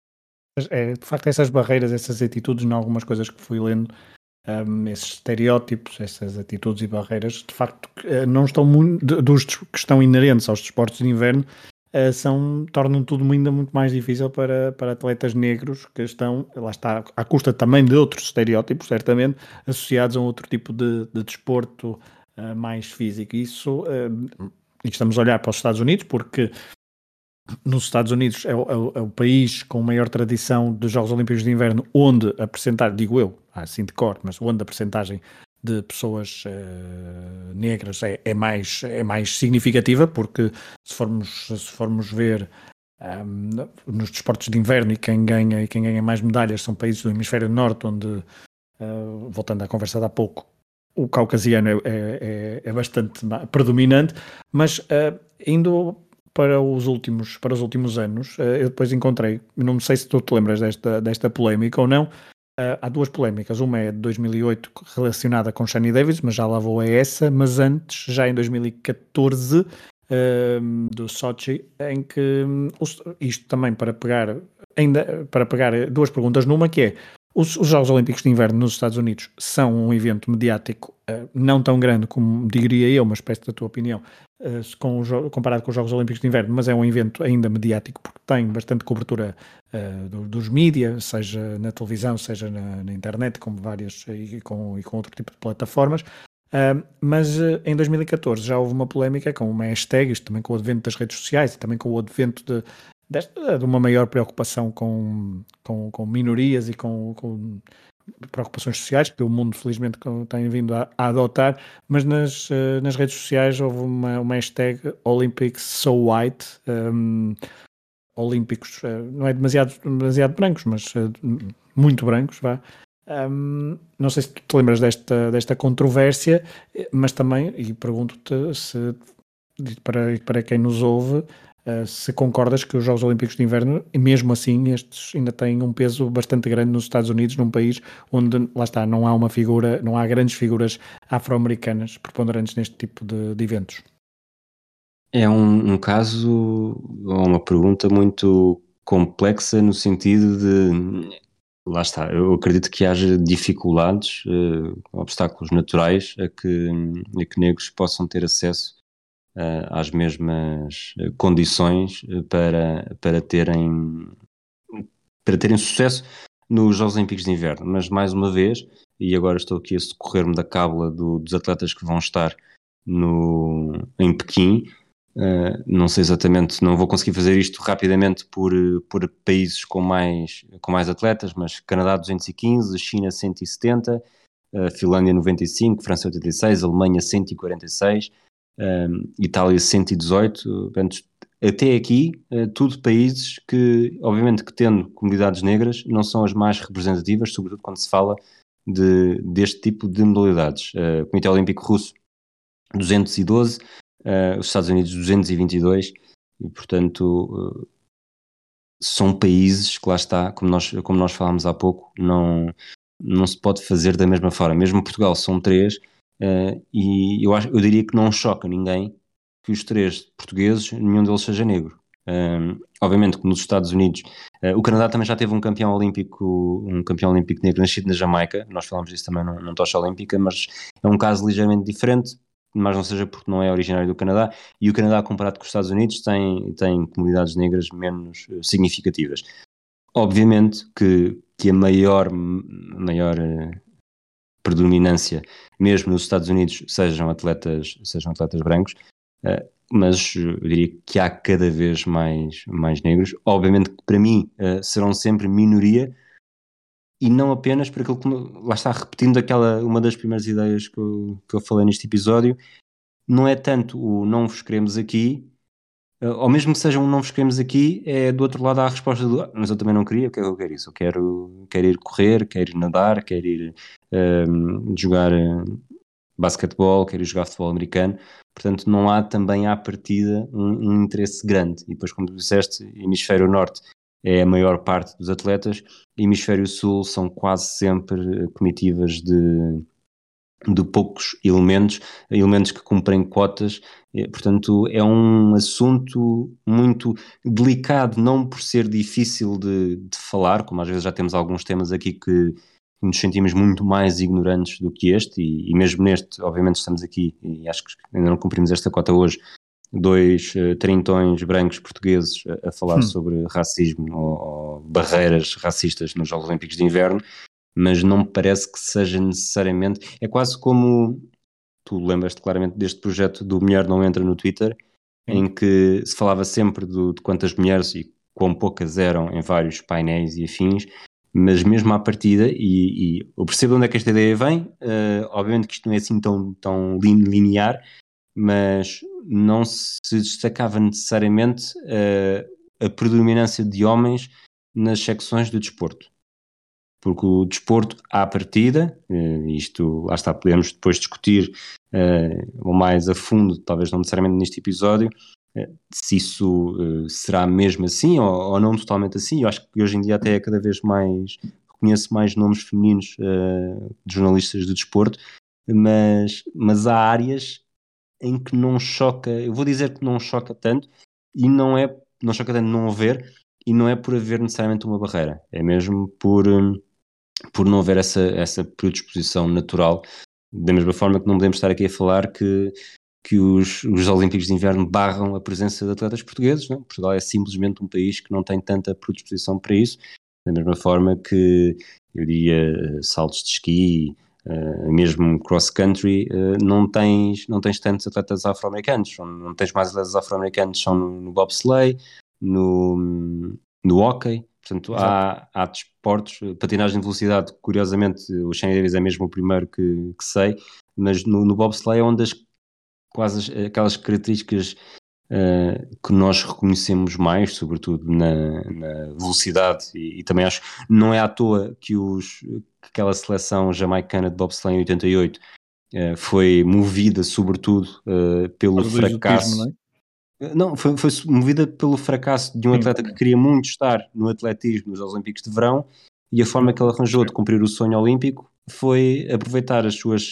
A: De facto, essas barreiras, essas atitudes, em algumas coisas que fui lendo, esses estereótipos, essas atitudes e barreiras, de facto, não estão muito, dos que estão inerentes aos desportos de inverno, tornam tudo ainda muito mais difícil para atletas negros que estão, lá está, à custa também de outros estereótipos, certamente, associados a um outro tipo de desporto mais físico. Isso, e estamos a olhar para os Estados Unidos, porque nos Estados Unidos é o país com maior tradição dos Jogos Olímpicos de Inverno, onde a percentagem, digo eu, assim de cor, mas onde a percentagem de pessoas negras é mais significativa, porque se formos ver nos desportos de inverno e quem ganha mais medalhas são países do hemisfério norte, onde, voltando à conversa de há pouco, o caucasiano é bastante predominante, mas indo para os últimos anos, eu depois encontrei, não sei se tu te lembras desta polémica ou não. Há duas polémicas, uma é de 2008 relacionada com Shani Davis, mas já lá vou a essa, mas antes, já em 2014, do Sochi, em que, isto também para pegar duas perguntas numa, que é, os Jogos Olímpicos de Inverno nos Estados Unidos são um evento mediático não tão grande como diria eu, mas peço da tua opinião, comparado com os Jogos Olímpicos de Inverno, mas é um evento ainda mediático porque tem bastante cobertura dos mídias, seja na televisão, seja na internet, com várias e com outro tipo de plataformas. Mas em 2014 já houve uma polémica com uma hashtag, isto também com o advento das redes sociais e também com o advento de uma maior preocupação com minorias e com preocupações sociais que o mundo felizmente tem vindo a adotar, mas nas redes sociais houve uma hashtag Olympics So White, Olímpicos, não é demasiado brancos, mas muito brancos, vá. Não sei se tu te lembras desta controvérsia, mas também, e pergunto-te se, para quem nos ouve, se concordas que os Jogos Olímpicos de Inverno, mesmo assim, estes ainda têm um peso bastante grande nos Estados Unidos, num país onde, lá está, não há grandes figuras afro-americanas preponderantes neste tipo de eventos.
E: É um caso, ou uma pergunta muito complexa no sentido de, lá está, eu acredito que haja dificuldades, obstáculos naturais a que negros possam ter acesso às mesmas condições para terem sucesso nos Jogos Olímpicos de Inverno. Mas mais uma vez, e agora estou aqui a socorrer-me da cábula dos atletas que vão estar em Pequim, não sei exatamente, não vou conseguir fazer isto rapidamente por países com mais atletas, mas Canadá 215, China 170, Finlândia 95, França 86, Alemanha 146, Itália 118, portanto, até aqui tudo países que, obviamente que tendo comunidades negras, não são as mais representativas, sobretudo quando se fala deste tipo de modalidades. O Comitê Olímpico Russo 212, os Estados Unidos 222, e portanto são países que, lá está, como nós falámos há pouco, não se pode fazer da mesma forma. Mesmo Portugal são 3, e eu diria que não choca ninguém que os 3 portugueses, nenhum deles seja negro. Obviamente que nos Estados Unidos, o Canadá também já teve um campeão olímpico negro nascido na Jamaica, nós falámos disso também num Tocha Olímpica, mas é um caso ligeiramente diferente, mas não seja porque não é originário do Canadá, e o Canadá, comparado com os Estados Unidos, tem comunidades negras menos significativas. Obviamente que a maior predominância, mesmo nos Estados Unidos, sejam atletas brancos, mas eu diria que há cada vez mais negros. Obviamente que para mim serão sempre minoria, e não apenas por aquilo que, lá está, repetindo uma das primeiras ideias que eu falei neste episódio, não é tanto o não vos queremos aqui, ou mesmo que seja um não vos queremos aqui, é do outro lado a resposta mas eu também não queria, o que é que eu quero isso? Eu quero ir correr, quero ir nadar, quero ir jogar basquetebol, quero ir jogar futebol americano. Portanto, não há também à partida um interesse grande. E depois, como tu disseste, hemisfério norte, é a maior parte dos atletas. Hemisfério Sul são quase sempre comitivas de poucos elementos que cumprem cotas, portanto é um assunto muito delicado, não por ser difícil de falar, como às vezes já temos alguns temas aqui que nos sentimos muito mais ignorantes do que este, e mesmo neste, obviamente estamos aqui, e acho que ainda não cumprimos esta cota hoje, 2 trintões brancos portugueses a falar sobre racismo ou barreiras racistas nos Jogos Olímpicos de Inverno, mas não me parece que seja necessariamente... É quase como... Tu lembras-te claramente deste projeto do Mulher Não Entra no Twitter, em que se falava sempre de quantas mulheres e quão poucas eram em vários painéis e afins, mas mesmo à partida, e eu percebo onde é que esta ideia vem, obviamente que isto não é assim tão linear, mas não se destacava necessariamente a predominância de homens nas secções do desporto. Porque o desporto à partida, isto lá está, podemos depois discutir mais a fundo, talvez não necessariamente neste episódio, se isso será mesmo assim ou não totalmente assim. Eu acho que hoje em dia até é cada vez mais, reconheço mais nomes femininos de jornalistas do desporto, mas há áreas em que não choca, eu vou dizer que não choca tanto, e não choca tanto não haver, e não é por haver necessariamente uma barreira, é mesmo por não haver essa predisposição natural, da mesma forma que não podemos estar aqui a falar que os Olímpicos de Inverno barram a presença de atletas portugueses, não? Portugal é simplesmente um país que não tem tanta predisposição para isso, da mesma forma que, eu diria, saltos de esqui, mesmo cross-country, não tens tantos atletas afro-americanos, não tens mais atletas afro-americanos, são no bobsleigh, no hóquei. Portanto, há desportos, patinagem de velocidade, curiosamente, o Shane Davis é mesmo o primeiro que sei, mas no bobsleigh é onde quase aquelas características que nós reconhecemos mais, sobretudo na velocidade, e também acho, não é à toa que aquela seleção jamaicana de bobsleigh em 88 foi movida sobretudo pelo fracasso.
A: Não é?
E: Não, foi movida pelo fracasso de um atleta que queria muito estar no atletismo nos Jogos Olímpicos de Verão, e a forma que ele arranjou de cumprir o sonho olímpico foi aproveitar o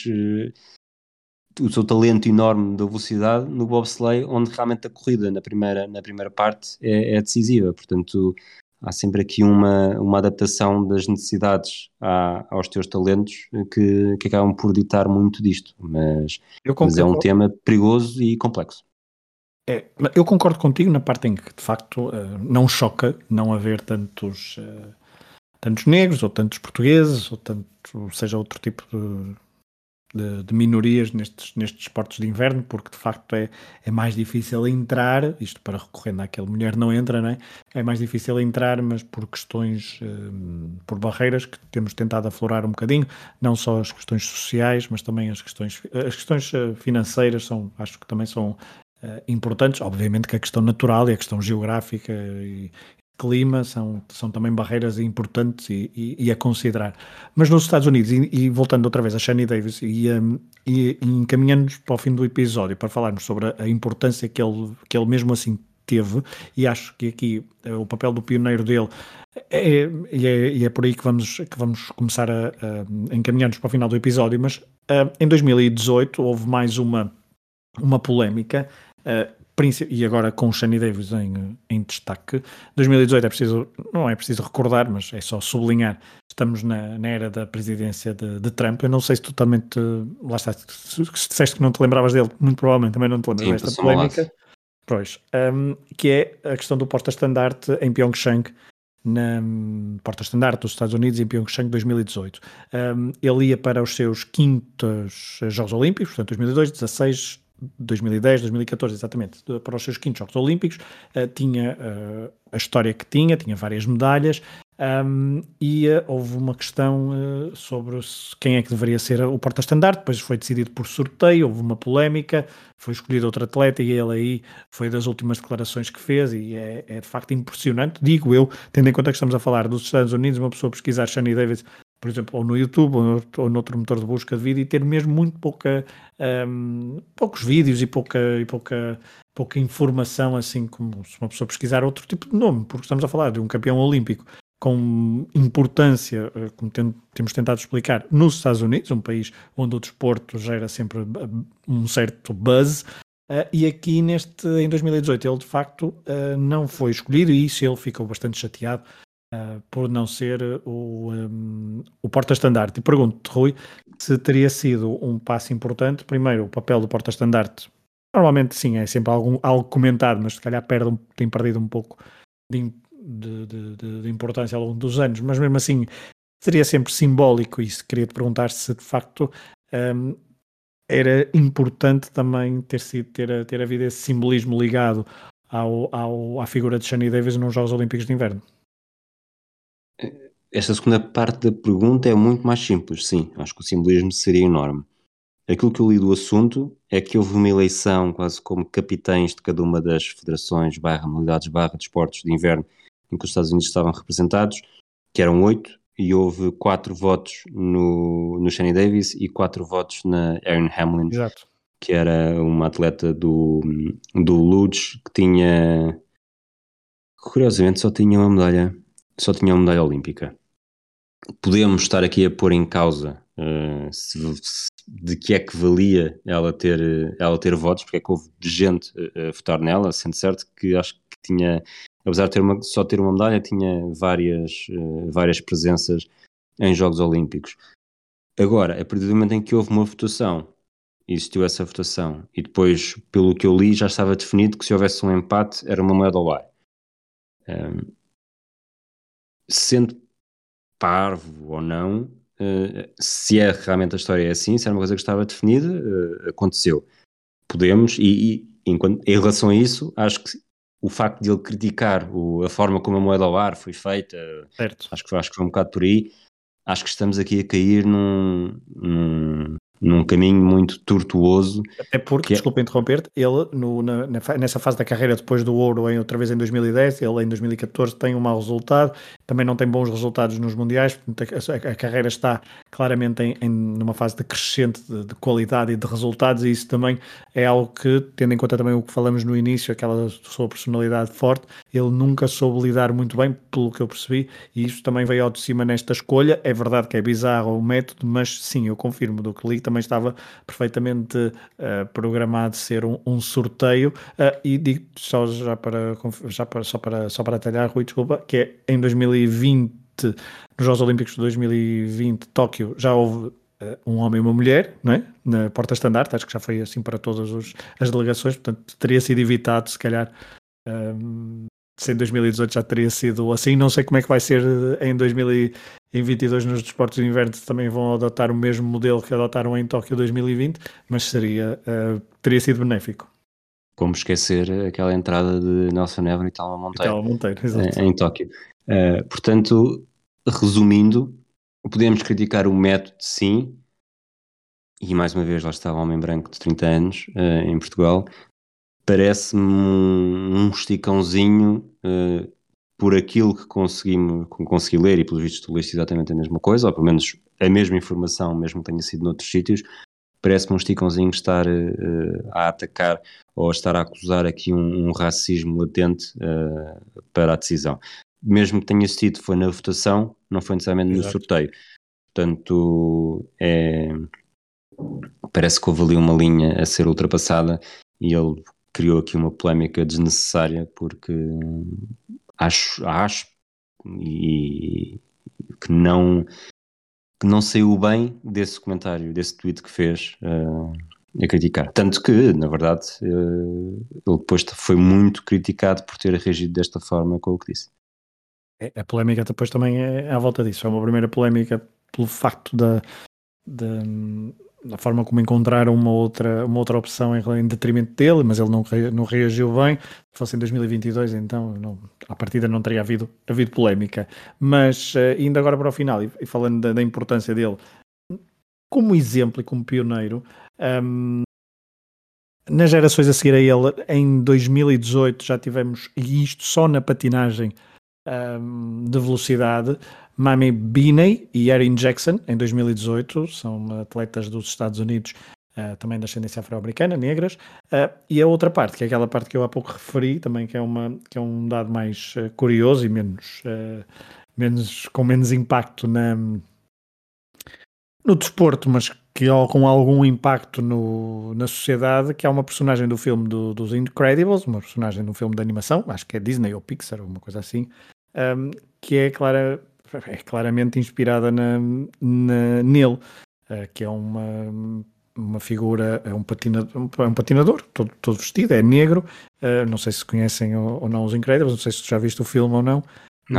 E: seu talento enorme da velocidade no bobsleigh, onde realmente a corrida na primeira parte é decisiva. Portanto, há sempre aqui uma adaptação das necessidades aos teus talentos que acabam por ditar muito disto, mas é um tema perigoso e complexo.
A: Eu concordo contigo na parte em que, de facto, não choca não haver tantos negros ou tantos portugueses ou seja outro tipo de minorias nestes esportes de inverno, porque de facto é mais difícil entrar, isto para recorrendo àquele Mulher Não Entra, não é? É mais difícil entrar, mas por questões, por barreiras que temos tentado aflorar um bocadinho, não só as questões sociais, mas também as questões financeiras, acho que também são importantes. Obviamente que a questão natural e a questão geográfica e clima são também barreiras importantes e a considerar. Mas nos Estados Unidos, e voltando outra vez a Shani Davis e encaminhando-nos para o fim do episódio para falarmos sobre a importância que ele mesmo assim teve, e acho que aqui o papel do pioneiro dele é por aí que vamos começar a encaminhar-nos para o final do episódio, mas em 2018 houve mais uma polémica, e agora com o Shani Davis em destaque. 2018 não é preciso recordar, mas é só sublinhar, estamos na era da presidência de Trump. Eu não sei se tu também lá está, se disseste que não te lembravas dele, muito provavelmente também não te lembras desta polémica. Pois, que é a questão do porta-estandarte em Pyeongchang, na porta-estandarte dos Estados Unidos em Pyeongchang 2018. Ele ia para os seus quintos Jogos Olímpicos, portanto 2002, 16, 2010, 2014, exatamente, para os seus quintos Jogos Olímpicos. Tinha a história que tinha várias medalhas, e houve uma questão sobre quem é que deveria ser o porta-estandarte. Depois foi decidido por sorteio, houve uma polémica, foi escolhido outro atleta e ele aí foi das últimas declarações que fez, e é de facto impressionante, digo eu, tendo em conta que estamos a falar dos Estados Unidos, uma pessoa pesquisar Shani Davis, por exemplo, ou no YouTube ou noutro motor de busca de vídeo, e ter mesmo muito poucos vídeos e pouca pouca informação, assim como se uma pessoa pesquisar outro tipo de nome, porque estamos a falar de um campeão olímpico com importância, como temos tentado explicar, nos Estados Unidos, um país onde o desporto gera sempre um certo buzz, e aqui em 2018 ele de facto não foi escolhido, e isso ele ficou bastante chateado por não ser o porta-estandarte. E pergunto-te, Rui, se teria sido um passo importante. Primeiro, o papel do porta-estandarte, normalmente sim, é sempre algo comentado, mas se calhar tem perdido um pouco de importância ao longo dos anos, mas mesmo assim seria sempre simbólico. E queria-te perguntar se de facto era importante também ter havido esse simbolismo ligado à figura de Shani Davis nos Jogos Olímpicos de Inverno.
E: Esta segunda parte da pergunta é muito mais simples, sim. Acho que o simbolismo seria enorme. Aquilo que eu li do assunto é que houve uma eleição quase como capitães de cada uma das federações, modalidades, desportos de inverno em que os Estados Unidos estavam representados, que eram 8, e houve 4 votos no Shani Davis e 4 votos na Erin Hamlin.
A: Exato.
E: Que era uma atleta do Lodz, que tinha, curiosamente, só tinha uma medalha olímpica. Podemos estar aqui a pôr em causa de que é que valia ela ter votos, porque é que houve gente a votar nela, sendo certo que acho que tinha, apesar de só ter uma medalha, tinha várias presenças em Jogos Olímpicos. Agora, a partir do momento em que houve uma votação, existiu essa votação, e depois, pelo que eu li, já estava definido que se houvesse um empate era uma moeda ao ar. Sendo parvo ou não, se realmente a história é assim, se era uma coisa que estava definida, aconteceu. Podemos, em relação a isso, acho que o facto de ele criticar a forma como a moeda ao ar foi feita,
A: certo.
E: Acho que foi um bocado por aí. Acho que estamos aqui a cair num caminho muito tortuoso.
A: Até porque, desculpa interromper-te, ele nessa fase da carreira, depois do ouro outra vez em 2010, ele em 2014 tem um mau resultado, também não tem bons resultados nos mundiais, portanto a carreira está claramente numa fase decrescente de qualidade e de resultados, e isso também é algo que, tendo em conta também o que falamos no início, aquela sua personalidade forte, ele nunca soube lidar muito bem, pelo que eu percebi, e isso também veio ao de cima nesta escolha. É verdade que é bizarro o método, mas sim, eu confirmo, do que li, também estava perfeitamente programado ser um sorteio, e digo só para atalhar, Rui, desculpa, que é em 2020, nos Jogos Olímpicos de 2020, Tóquio, já houve um homem e uma mulher, não é? Na porta-estandarte, acho que já foi assim para todas as delegações, portanto teria sido evitado, se calhar, se em 2018 já teria sido assim. Não sei como é que vai ser em 2022 nos desportos de inverno, se também vão adotar o mesmo modelo que adotaram em Tóquio 2020, mas teria sido benéfico.
E: Como esquecer aquela entrada de Nelson Évora e Telma Monteiro, em Tóquio. Portanto, resumindo, podemos criticar o método, sim, e mais uma vez lá está o homem branco de 30 anos em Portugal. Parece-me um esticãozinho por aquilo que consegui ler, e pelos vistos tu leste exatamente a mesma coisa, ou pelo menos a mesma informação, mesmo que tenha sido noutros sítios. Parece-me um esticãozinho estar a atacar ou a estar a acusar aqui um racismo latente para a decisão. Mesmo que tenha sido, foi na votação, não foi necessariamente no sorteio. Portanto, parece que houve ali uma linha a ser ultrapassada, e ele criou aqui uma polémica desnecessária, porque acho e que não saiu bem desse comentário, desse tweet que fez a criticar. Tanto que, na verdade, ele depois foi muito criticado por ter reagido desta forma com o que disse.
A: A polémica depois também é à volta disso. É uma primeira polémica pelo facto da forma como encontraram uma outra opção em detrimento dele, mas ele não reagiu bem. Se fosse em 2022, então à partida não teria havido polémica. Mas indo agora para o final e falando da importância dele como exemplo e como pioneiro, nas gerações a seguir a ele, em 2018 já tivemos, e isto só na patinagem de velocidade, Mami Binney e Erin Jackson. Em 2018 são atletas dos Estados Unidos também de ascendência afro-americana, negras, e a outra parte, que é aquela parte que eu há pouco referi, também que é um dado mais curioso e com menos impacto no desporto, mas com algum impacto na sociedade, que é uma personagem do filme dos Incredibles, uma personagem de um filme de animação, acho que é Disney ou Pixar, uma coisa assim, que é claramente inspirada nele, que é uma figura, é um patinador, todo vestido, é negro, não sei se conhecem ou não os Incredibles, não sei se tu já viste o filme ou não,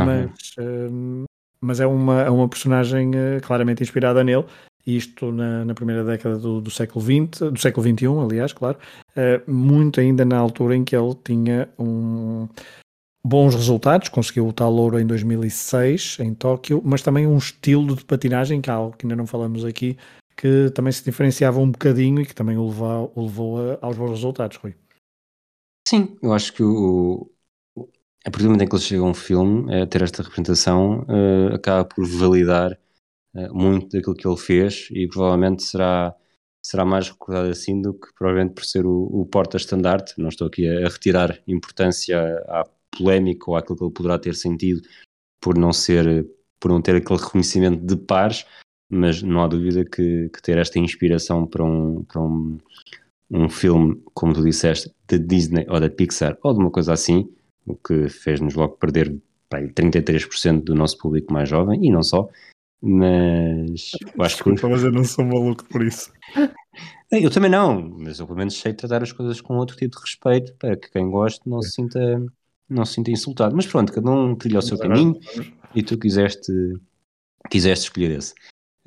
A: mas é uma personagem claramente inspirada nele, e isto na primeira década do século XX, do século XXI, aliás, claro, muito ainda na altura em que ele tinha bons resultados, conseguiu o tal ouro em 2006 em Tóquio, mas também um estilo de patinagem, que é algo que ainda não falamos aqui, que também se diferenciava um bocadinho e que também o levou aos bons resultados, Rui.
E: Sim, eu acho que a partir do momento em que ele chega a um filme, ter esta representação acaba por validar muito daquilo que ele fez, e provavelmente será mais recordado assim do que provavelmente por ser o porta-estandarte. Não estou aqui a retirar importância à polémica ou àquilo que ele poderá ter sentido por não ter aquele reconhecimento de pares, mas não há dúvida que ter esta inspiração para um filme, como tu disseste, da Disney ou da Pixar ou de uma coisa assim, o que fez-nos logo perder 33% do nosso público mais jovem, e não só, mas eu acho que...
A: Desculpa, mas eu não sou maluco por isso.
E: Eu também não, mas eu pelo menos sei tratar as coisas com outro tipo de respeito, para que quem goste não se sinta insultado. Mas pronto, cada um trilha o seu caminho, e tu quiseste escolher esse.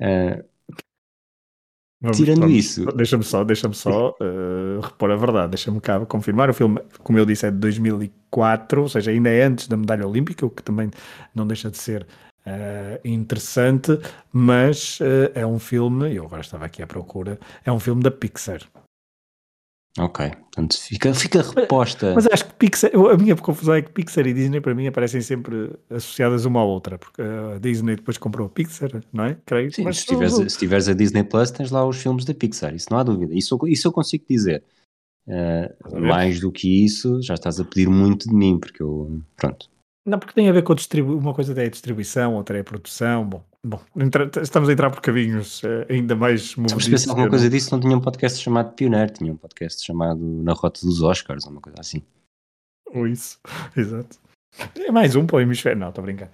E: Tirando isso...
A: Deixa-me só repor a verdade, deixa-me cá confirmar. O filme, como eu disse, é de 2004, ou seja, ainda é antes da medalha olímpica, o que também não deixa de ser interessante, mas é um filme, eu agora estava aqui à procura, é um filme da Pixar.
E: Ok, portanto fica reposta.
A: Mas acho que Pixar, a minha confusão é que Pixar e Disney para mim aparecem sempre associadas uma à outra, porque a Disney depois comprou a Pixar, não é? Creio.
E: Sim,
A: mas
E: se tiveres a Disney Plus, tens lá os filmes da Pixar, isso não há dúvida, isso eu consigo dizer. Mais do que isso, já estás a pedir muito de mim, porque eu, pronto.
A: Não, porque tem a ver com uma coisa é a distribuição, outra é a produção. Bom, estamos a entrar por caminhos ainda mais movediços.
E: Se pensasse alguma coisa disso, não tinha um podcast chamado Pioneer, tinha um podcast chamado Na Rota dos Oscars, ou uma coisa assim.
A: Ou isso, exato. É mais um para o hemisfério, não, estou a brincar.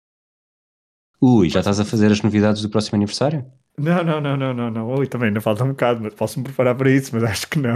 E: Já estás a fazer as novidades do próximo aniversário?
A: Não. Ui, também ainda falta um bocado, mas posso-me preparar para isso, mas acho que não.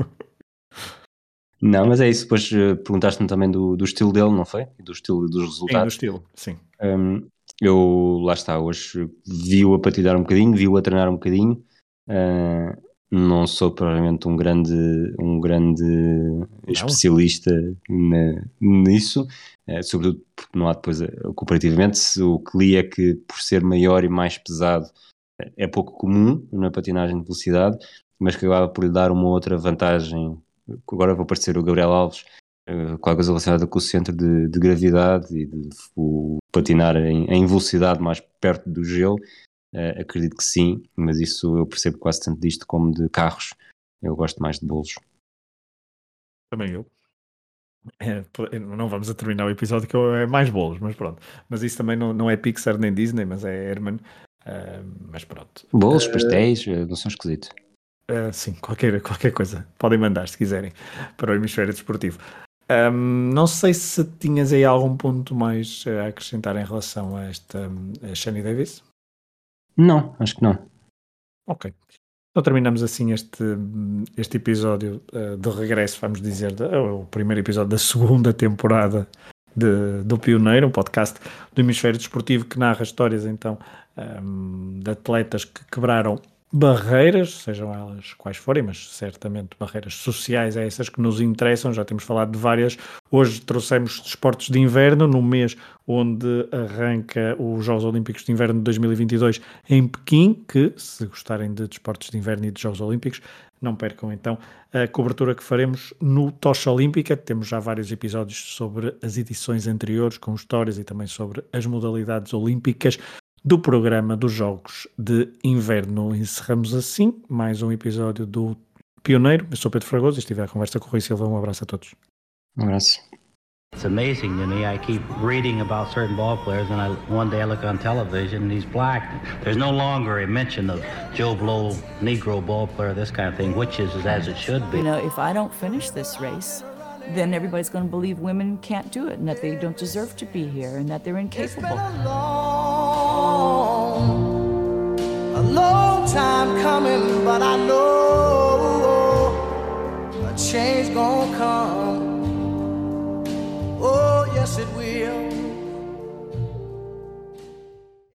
E: Não, mas é isso. Depois perguntaste-me também do estilo dele, não foi? Do estilo e dos resultados.
A: Sim, do estilo, sim.
E: Eu, lá está, hoje vi-o a patilhar um bocadinho, vi-o a treinar um bocadinho. Não sou provavelmente um grande especialista nisso, sobretudo porque não há depois, comparativamente, o que li é que por ser maior e mais pesado é pouco comum na patinagem de velocidade, mas que acaba por lhe dar uma outra vantagem. Agora vou aparecer o Gabriel Alves, qualquer coisa relacionada com o centro de gravidade e de o patinar em velocidade mais perto do gelo. Acredito que sim, mas isso eu percebo quase tanto disto como de carros. Eu gosto mais de bolos.
A: Também eu. Não vamos a terminar o episódio que é mais bolos, mas pronto. Mas isso também não é Pixar nem Disney, mas é Herman. Mas pronto.
E: Bolos, pastéis, não são esquisitos.
A: Sim, qualquer coisa. Podem mandar se quiserem para o hemisfério desportivo. Não sei se tinhas aí algum ponto mais a acrescentar em relação a esta Shani Davis.
E: Não, acho que não.
A: Ok. Então terminamos assim este episódio de regresso, vamos dizer, o primeiro episódio da segunda temporada do Pioneiro, um podcast do Hemisfério Desportivo que narra histórias então de atletas que quebraram barreiras, sejam elas quais forem, mas certamente barreiras sociais é essas que nos interessam. Já temos falado de várias. Hoje trouxemos desportos de inverno, no mês onde arranca os Jogos Olímpicos de Inverno de 2022 em Pequim, que, se gostarem de desportos de inverno e de Jogos Olímpicos, não percam então a cobertura que faremos no Tocha Olímpica. Temos já vários episódios sobre as edições anteriores, com histórias e também sobre as modalidades olímpicas. do programa dos Jogos de Inverno. Encerramos assim mais um episódio do Pioneiro. Eu sou Pedro Fragoso e estive à conversa com o Rui Silva. Um abraço a todos.
E: Um abraço.
B: It's amazing to me. I keep reading about certain ball players, and one day I look on television and he's black. There's no longer a mention of Joe Blow, Negro ball player, this kind of thing, which is as it should be.
C: You know, if I don't finish this race, then everybody's going to believe women can't do it and that they don't deserve to be here and that they're incapable.
D: It's been a long time coming, but I know a change gonna come. Oh, yes, it will.